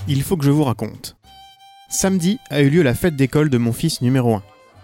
Il faut que je vous raconte. Samedi a eu lieu la fête d'école de mon fils numéro 1.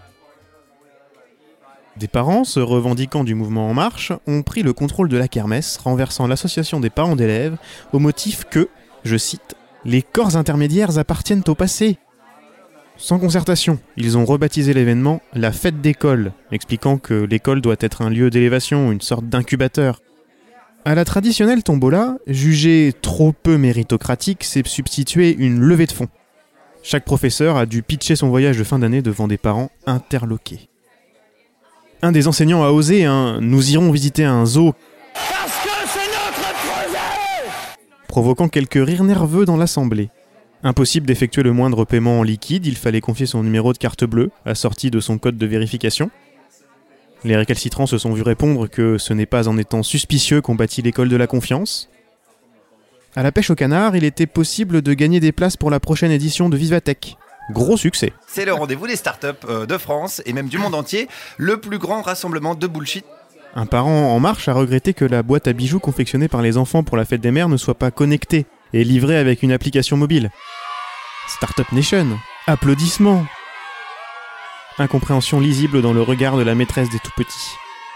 Des parents, se revendiquant du mouvement En Marche, ont pris le contrôle de la kermesse, renversant l'association des parents d'élèves au motif que, je cite, « les corps intermédiaires appartiennent au passé ». Sans concertation, ils ont rebaptisé l'événement « la fête d'école », expliquant que l'école doit être un lieu d'élévation, une sorte d'incubateur. À la traditionnelle tombola, jugée trop peu méritocratique, s'est substituée une levée de fonds. Chaque professeur a dû pitcher son voyage de fin d'année devant des parents interloqués. Un des enseignants a osé un « nous irons visiter un zoo » parce que c'est notre projet, provoquant quelques rires nerveux dans l'assemblée. Impossible d'effectuer le moindre paiement en liquide, il fallait confier son numéro de carte bleue, assorti de son code de vérification. Les récalcitrants se sont vus répondre que ce n'est pas en étant suspicieux qu'on bâtit l'école de la confiance. À la pêche au canard, il était possible de gagner des places pour la prochaine édition de Vivatech. Gros succès. C'est le rendez-vous des startups de France et même du monde entier, le plus grand rassemblement de bullshit. Un parent En Marche a regretté que la boîte à bijoux confectionnée par les enfants pour la fête des mères ne soit pas connectée et livrée avec une application mobile. Startup Nation. Applaudissements. Incompréhension lisible dans le regard de la maîtresse des tout-petits.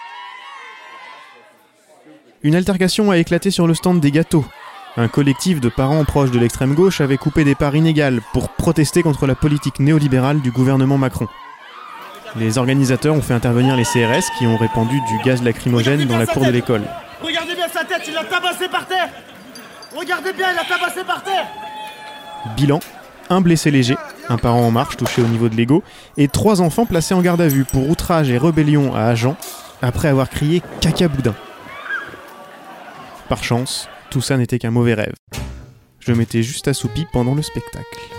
Une altercation a éclaté sur le stand des gâteaux. Un collectif de parents proches de l'extrême gauche avait coupé des parts inégales pour protester contre la politique néolibérale du gouvernement Macron. Les organisateurs ont fait intervenir les CRS qui ont répandu du gaz lacrymogène dans la cour de l'école. Regardez bien sa tête, il l'a tabassé par terre. Regardez bien, il l'a tabassé par terre. Bilan, un blessé léger, un parent En Marche touché au niveau de l'ego, et 3 enfants placés en garde à vue pour outrage et rébellion à Agen, après avoir crié « caca boudin ». Par chance, tout ça n'était qu'un mauvais rêve. Je m'étais juste assoupi pendant le spectacle.